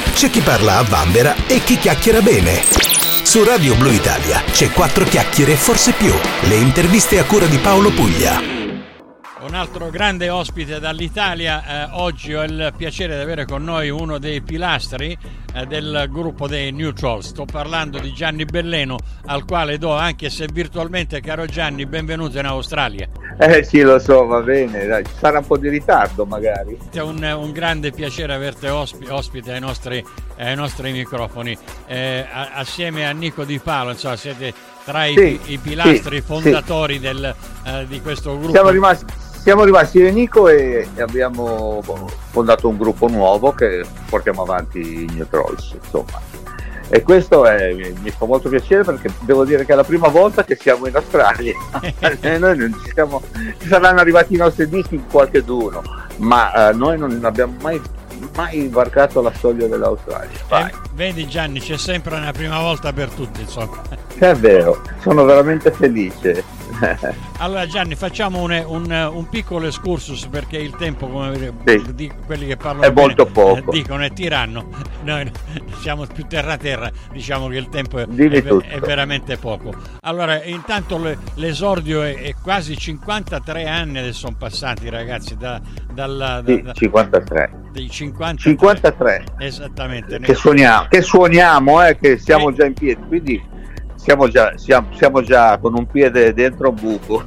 c'è chi parla a vanvera e chi chiacchiera bene. Su Radio Blu Italia c'è 4 chiacchiere e forse più. Le interviste a cura di Paolo Puglia. Un altro grande ospite dall'Italia. Oggi ho il piacere di avere con noi uno dei pilastri del gruppo dei New Trolls. Sto parlando di Gianni Belleno, al quale do, anche se virtualmente, caro Gianni, benvenuto in Australia. Sì, lo so, va bene, dai, ci sarà un po' di ritardo magari. È un grande piacere averti ospite ai nostri microfoni. Assieme a Nico Di Palo, insomma, siete tra i pilastri fondatori di questo gruppo. Siamo rimasti io e Nico e abbiamo fondato un gruppo nuovo che portiamo avanti i New Trolls, insomma. E questo mi fa molto piacere, perché devo dire che è la prima volta che siamo in Australia. Noi non ci saranno arrivati i nostri dischi qualcheduno, ma noi non abbiamo mai varcato la soglia dell'Australia. Vedi Gianni, c'è sempre una prima volta per tutti, insomma. È vero, sono veramente felice. Allora Gianni, facciamo un piccolo excursus, perché il tempo, come quelli che parlano è molto poco, dicono, è tiranno. Noi siamo più terra, diciamo che il tempo è veramente poco. Allora, intanto l'esordio è quasi 53 anni adesso sono passati, ragazzi, dalla 53. Dei 53 esattamente, che suoniamo, che siamo già in piedi, quindi siamo già con un piede dentro un buco.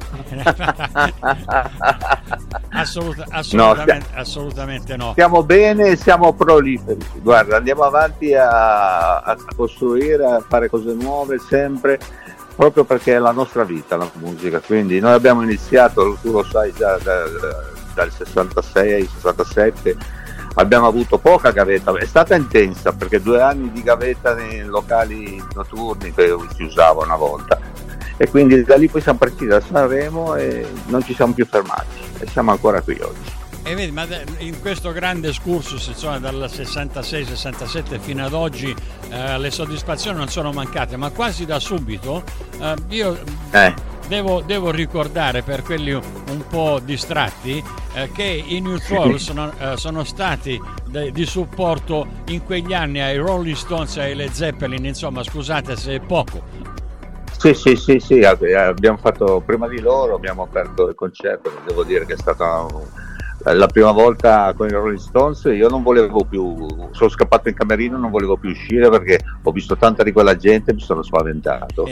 Assolutamente no. Stiamo bene, siamo proliferi. Guarda, andiamo avanti a costruire, a fare cose nuove sempre, proprio perché è la nostra vita la musica. Quindi noi abbiamo iniziato, tu lo sai, già dal 66, 67. Abbiamo avuto poca gavetta, è stata intensa, perché 2 anni di gavetta nei locali notturni che si usava una volta, e quindi da lì poi siamo partiti da Sanremo e non ci siamo più fermati e siamo ancora qui oggi. E vedi, ma in questo grande excursus, insomma, dal 66-67 fino ad oggi, le soddisfazioni non sono mancate, ma quasi da subito io devo ricordare, per quelli un po' distratti, che i New Trolls sono stati di supporto in quegli anni ai Rolling Stones e ai Led Zeppelin, insomma, scusate se è poco. Sì, abbiamo fatto prima di loro, abbiamo aperto il concerto, devo dire che è stata la prima volta con i Rolling Stones. Io non volevo più, sono scappato in camerino, non volevo più uscire perché ho visto tanta di quella gente e mi sono spaventato.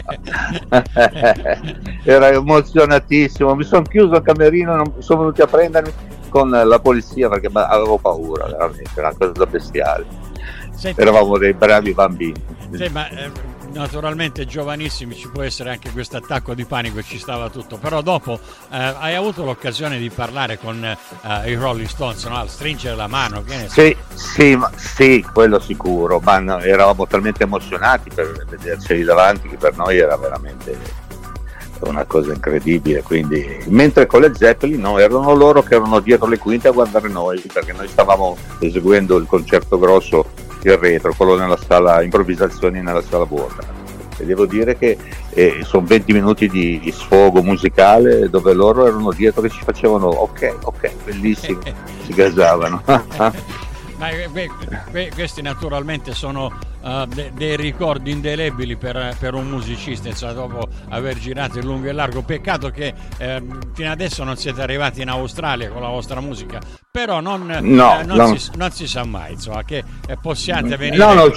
Era emozionatissimo, mi sono chiuso al camerino, sono venuti a prendermi con la polizia perché avevo paura, veramente, era una cosa bestiale. Senti, eravamo dei bravi bambini. Naturalmente giovanissimi, ci può essere anche questo attacco di panico e ci stava tutto, però dopo hai avuto l'occasione di parlare con i Rolling Stones, no? Stringere la mano, che ne so. Sì, quello sicuro, ma eravamo talmente emozionati per vederceli davanti che per noi era veramente una cosa incredibile. Quindi, mentre con le Zeppelin erano loro che erano dietro le quinte a guardare noi, perché noi stavamo eseguendo il concerto grosso, il retro, quello nella sala improvvisazioni nella sala vuota, e devo dire che sono 20 minuti di sfogo musicale dove loro erano dietro che ci facevano ok, bellissimo, si gasavano. Ma questi naturalmente sono dei ricordi indelebili per un musicista, insomma, dopo aver girato in lungo e largo. Peccato che fino adesso non siete arrivati in Australia con la vostra musica, però non si sa mai, insomma, che possiate venire.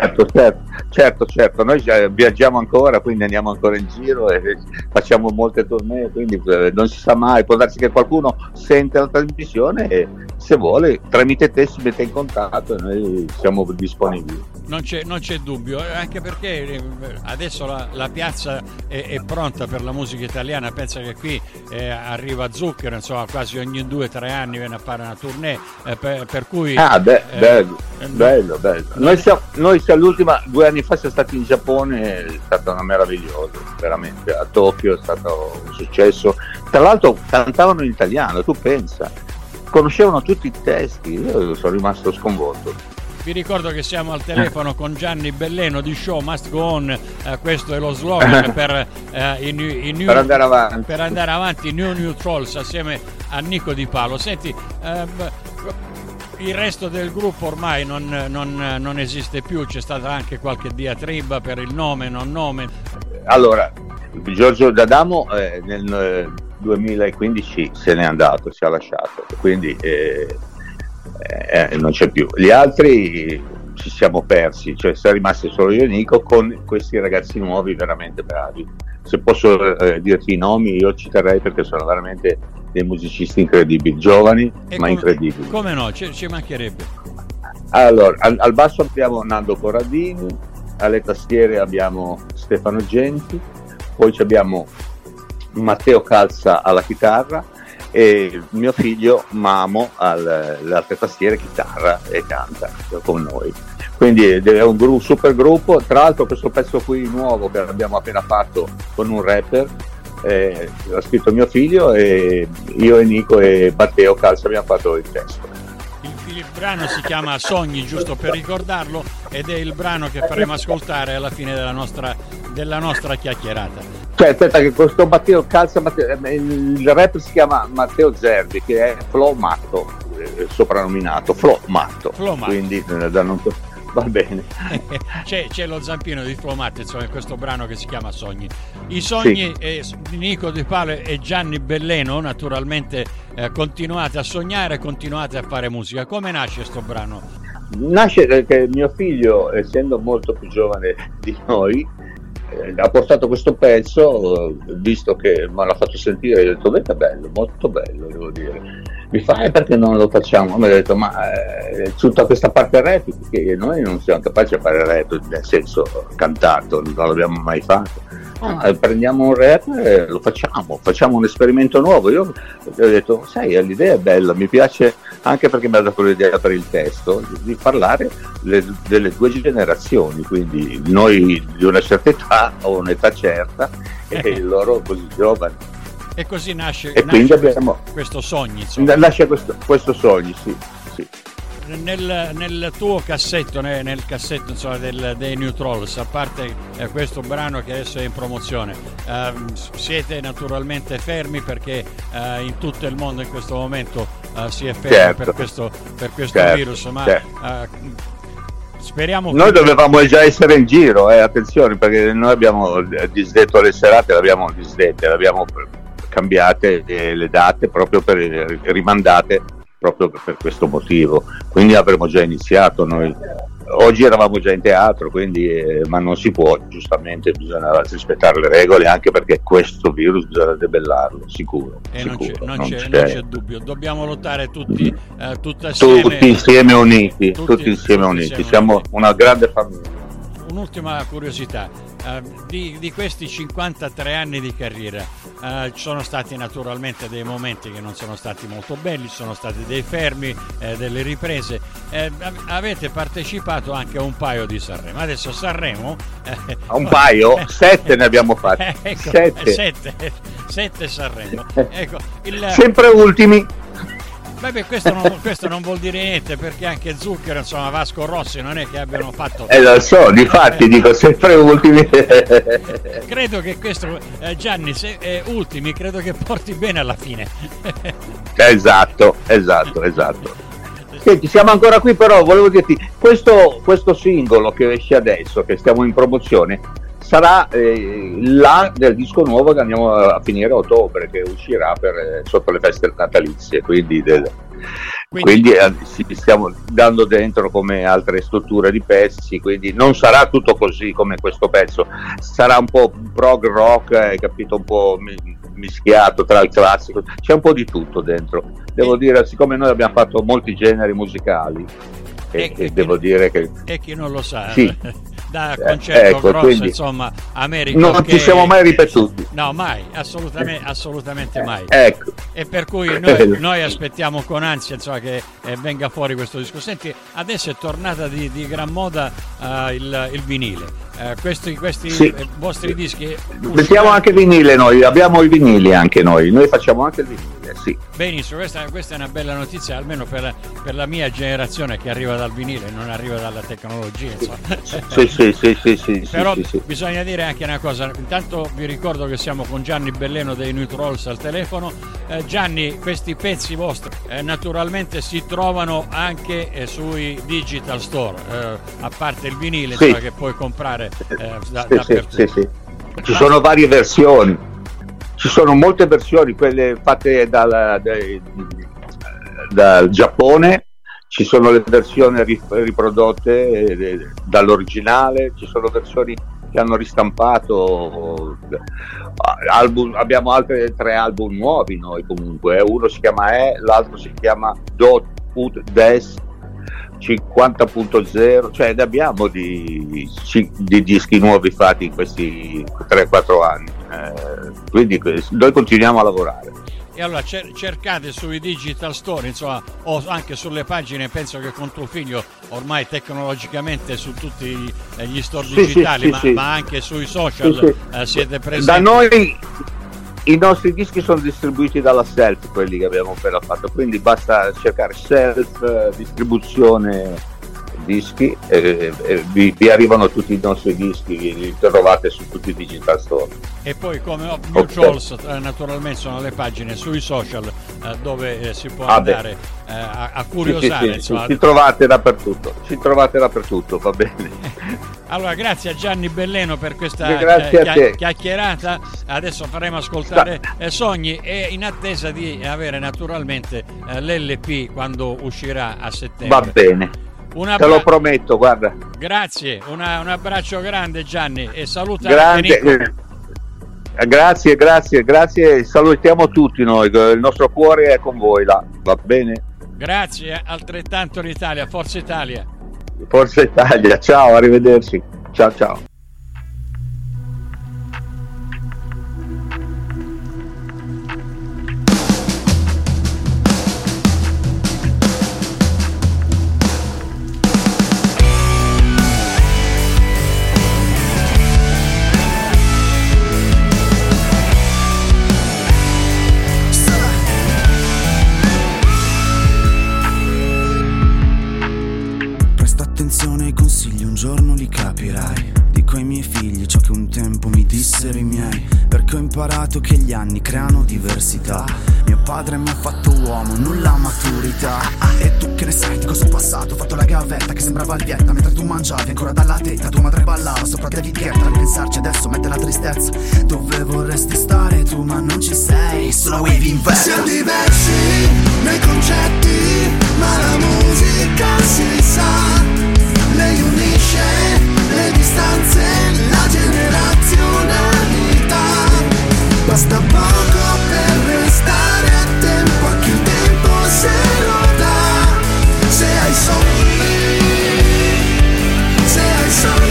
Certo, noi viaggiamo ancora, quindi andiamo ancora in giro e facciamo molte tournée, quindi non si sa mai, può darsi che qualcuno sente la trasmissione e se vuole tramite te si mette in contatto e noi siamo disponibili. Non c'è dubbio, anche perché adesso la piazza è pronta per la musica italiana. Pensa che qui arriva Zucchero, insomma, quasi ogni 2-3 anni viene a fare una tournée, per cui bello. Noi l'ultima 2 anni fa siamo stati in Giappone, è stata una meravigliosa, veramente. A Tokyo è stato un successo, tra l'altro cantavano in italiano, tu pensa, conoscevano tutti i testi, io sono rimasto sconvolto. Vi ricordo che siamo al telefono con Gianni Belleno di Show Must Go On, questo è lo slogan per andare avanti, New Trolls, assieme a Nico Di Palo. Senti, Il resto del gruppo ormai non esiste più, c'è stata anche qualche diatriba per il nome, non nome. Allora, Giorgio D'Adamo nel 2015 se n'è andato, si è lasciato, quindi non c'è più. Gli altri ci siamo persi, cioè siamo rimasti solo io e Nico con questi ragazzi nuovi veramente bravi. Se posso dirti i nomi, io ci terrei perché sono veramente dei musicisti incredibili, giovani ma incredibili. Come no, ci mancherebbe. Allora, al basso abbiamo Nando Corradini, alle tastiere abbiamo Stefano Genti, poi abbiamo Matteo Calza alla chitarra e mio figlio Mamo alle altre tastiere, chitarra e canta con noi. Quindi è un super gruppo. Tra l'altro questo pezzo qui nuovo che abbiamo appena fatto con un rapper l'ha scritto mio figlio e io e Nico e Matteo Calza abbiamo fatto il testo. Il brano si chiama Sogni, giusto per ricordarlo, ed è il brano che faremo ascoltare alla fine della nostra chiacchierata. Cioè, aspetta, che questo Matteo Calza, il rapper si chiama Matteo Zerbi, che è Flo Matto, soprannominato Flo Matto. Quindi va bene. C'è lo zampino di Flo Matto, insomma, in questo brano che si chiama Sogni. I sogni di Nico Di Paolo e Gianni Belleno, naturalmente continuate a sognare, continuate a fare musica. Come nasce questo brano? Nasce che mio figlio, essendo molto più giovane di noi, ha portato questo pezzo, visto che me l'ha fatto sentire, io ho detto: beh, è bello, molto bello, devo dire. Mi fa: perché non lo facciamo? Mi ha detto: ma tutta questa parte rap, che noi non siamo capaci di fare rap, nel senso cantato, non l'abbiamo mai fatto. Prendiamo un rap e lo facciamo un esperimento nuovo. Io ho detto: sai, l'idea è bella, mi piace anche perché mi ha dato l'idea per il testo di parlare delle due generazioni, quindi noi di una certa età o un'età certa e loro così giovani. E così nasce quindi abbiamo questo sogno, insomma. Nasce questo sogno, sì. Nel tuo cassetto, nel cassetto, insomma, dei New Trolls, a parte questo brano che adesso è in promozione, siete naturalmente fermi perché in tutto il mondo in questo momento si è fermo, certo, per questo virus, ma speriamo noi dovevamo già essere in giro, attenzione, perché noi abbiamo disdetto le serate, l'abbiamo cambiate le date proprio rimandate proprio per questo motivo, quindi avremmo già iniziato noi. Oggi eravamo già in teatro, quindi ma non si può, giustamente bisogna rispettare le regole, anche perché questo virus bisogna debellarlo, sicuro. Non c'è dubbio, dobbiamo lottare tutti insieme uniti, siamo una grande famiglia. Un'ultima curiosità, di questi 53 anni di carriera ci sono stati naturalmente dei momenti che non sono stati molto belli, ci sono stati dei fermi, delle riprese, avete partecipato anche a un paio di Sanremo. Adesso Sanremo un paio? 7 ne abbiamo fatti. Ecco, 7 Sanremo, ecco, sempre ultimi. Beh, questo non vuol dire niente, perché anche Zucchero, insomma, Vasco Rossi non è che abbiano fatto. Lo so, difatti dico sempre ultimi. Credo che questo, Gianni, se è ultimi, credo che porti bene alla fine. Esatto. Senti, siamo ancora qui, però volevo dirti, questo singolo che esce adesso, che stiamo in promozione, sarà del disco nuovo che andiamo a finire a ottobre, che uscirà sotto le feste natalizie, quindi stiamo dando dentro come altre strutture di pezzi, quindi non sarà tutto così come questo pezzo, sarà un po' prog rock, hai capito, un po' mischiato tra il classico, c'è un po' di tutto dentro, devo dire, siccome noi abbiamo fatto molti generi musicali e devo dire che e chi non lo sa, sì. Da concerto grosso, quindi, insomma, America, non ci siamo mai ripetuti, no, mai, assolutamente mai, ecco. E per cui noi aspettiamo con ansia, insomma, che venga fuori questo disco. Senti, adesso è tornata di gran moda il vinile, questi sì. Vostri dischi mettiamo anche vinile, noi abbiamo i vinili anche noi facciamo anche il vinile. sì. Benissimo, questa è una bella notizia, almeno per la mia generazione che arriva dal vinile, non arriva dalla tecnologia, insomma. Sì. Però bisogna dire anche una cosa, intanto vi ricordo che siamo con Gianni Belleno dei New Trolls al telefono. Gianni, questi pezzi vostri naturalmente si trovano anche sui digital store, a parte il vinile, sì, che puoi comprare dappertutto. Sì. Ci sono varie versioni, ci sono molte versioni, quelle fatte dal Giappone, ci sono le versioni riprodotte dall'originale, ci sono versioni che hanno ristampato album, abbiamo altri 3 album nuovi noi comunque, uno si chiama l'altro si chiama Dot Put Des 50.0, cioè ne abbiamo di dischi nuovi fatti in questi 3-4 anni, quindi noi continuiamo a lavorare. E allora cercate sui digital store, insomma, o anche sulle pagine, penso che con tuo figlio ormai tecnologicamente su tutti gli store digitali, ma anche sui social siete presenti. Da noi i nostri dischi sono distribuiti dalla Self, quelli che abbiamo appena fatto, quindi basta cercare Self distribuzione dischi e vi arrivano tutti i nostri dischi, li trovate su tutti i digital store. E poi come New Trolls naturalmente sono le pagine sui social dove si può andare a curiosare. Ci trovate dappertutto, va bene. Allora grazie a Gianni Belleno per questa chiacchierata. Adesso faremo ascoltare Sogni, e in attesa di avere naturalmente l'LP quando uscirà a settembre. Va bene, te lo prometto, guarda. Grazie, un abbraccio grande Gianni, e saluta anche Nico. Grazie, salutiamo tutti noi, il nostro cuore è con voi là, va bene? Grazie, altrettanto l'Italia, Forza Italia. Forza Italia, ciao, arrivederci, ciao. Attenzione ai consigli, un giorno li capirai. Dico ai miei figli ciò che un tempo mi dissero i miei, perché ho imparato che gli anni creano diversità. Mio padre mi ha fatto uomo, nulla maturità. E tu che ne sai di cosa ho passato? Ho fatto la gavetta che sembrava il Vietnam, mentre tu mangiavi ancora dalla tetta. Tua madre ballava sopra David Guetta. Ripensarci adesso mette la tristezza. Dove vorresti stare tu ma non ci sei, sulla wave in vetta. Siamo diversi nei concetti, ma la musica si sa. Lei unisce le distanze, la generazionalità. Basta poco per restare a tempo, anche il tempo se lo dà. Se hai sogni, se hai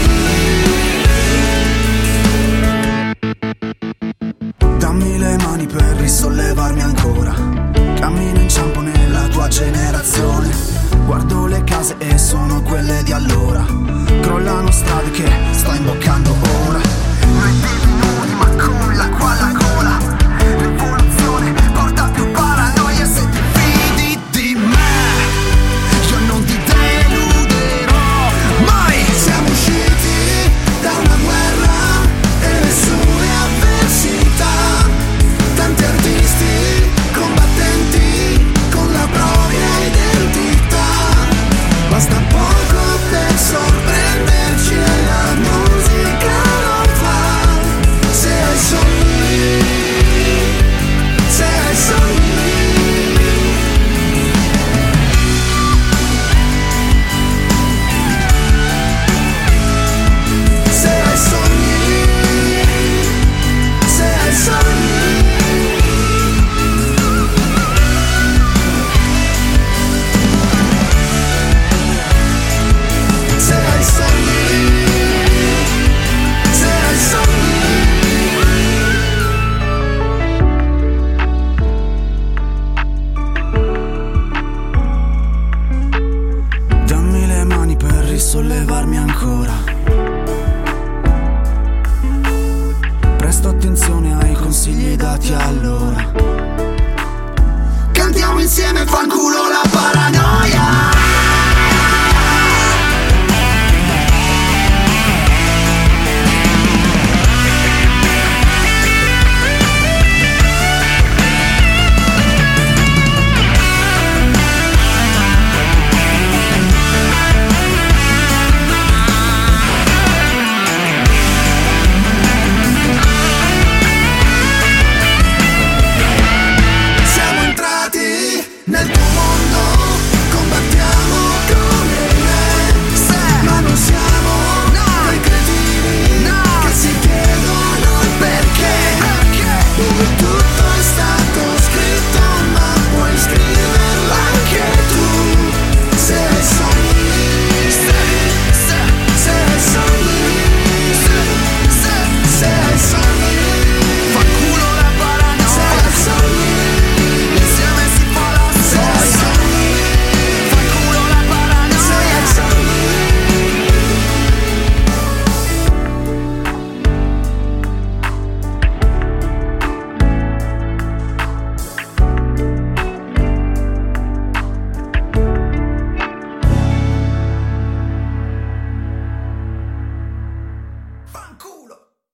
sogni. Dammi le mani per risollevarmi ancora. Cammino in ciampo nella tua generazione. Guardo le case e sono quelle di allora. Crollano strade che sto imboccando ora. Noi vivi nudi ma con l'acqua alla gola. Rivoluzione porta più paranoia se ti fidi di me. Io non ti deluderò mai. Siamo usciti da una guerra e le sue avversità. Tanti artisti combattenti con la propria identità. Basta poco per sorprenderci e la musica lo fa. Se hai sogni, se hai sogni. Se hai sogni, se hai sogni. Se hai sogni, se hai sogni. Dammi le mani per risollevarmi ancora. Presto attenzione ai consigli dati allora. Fanculo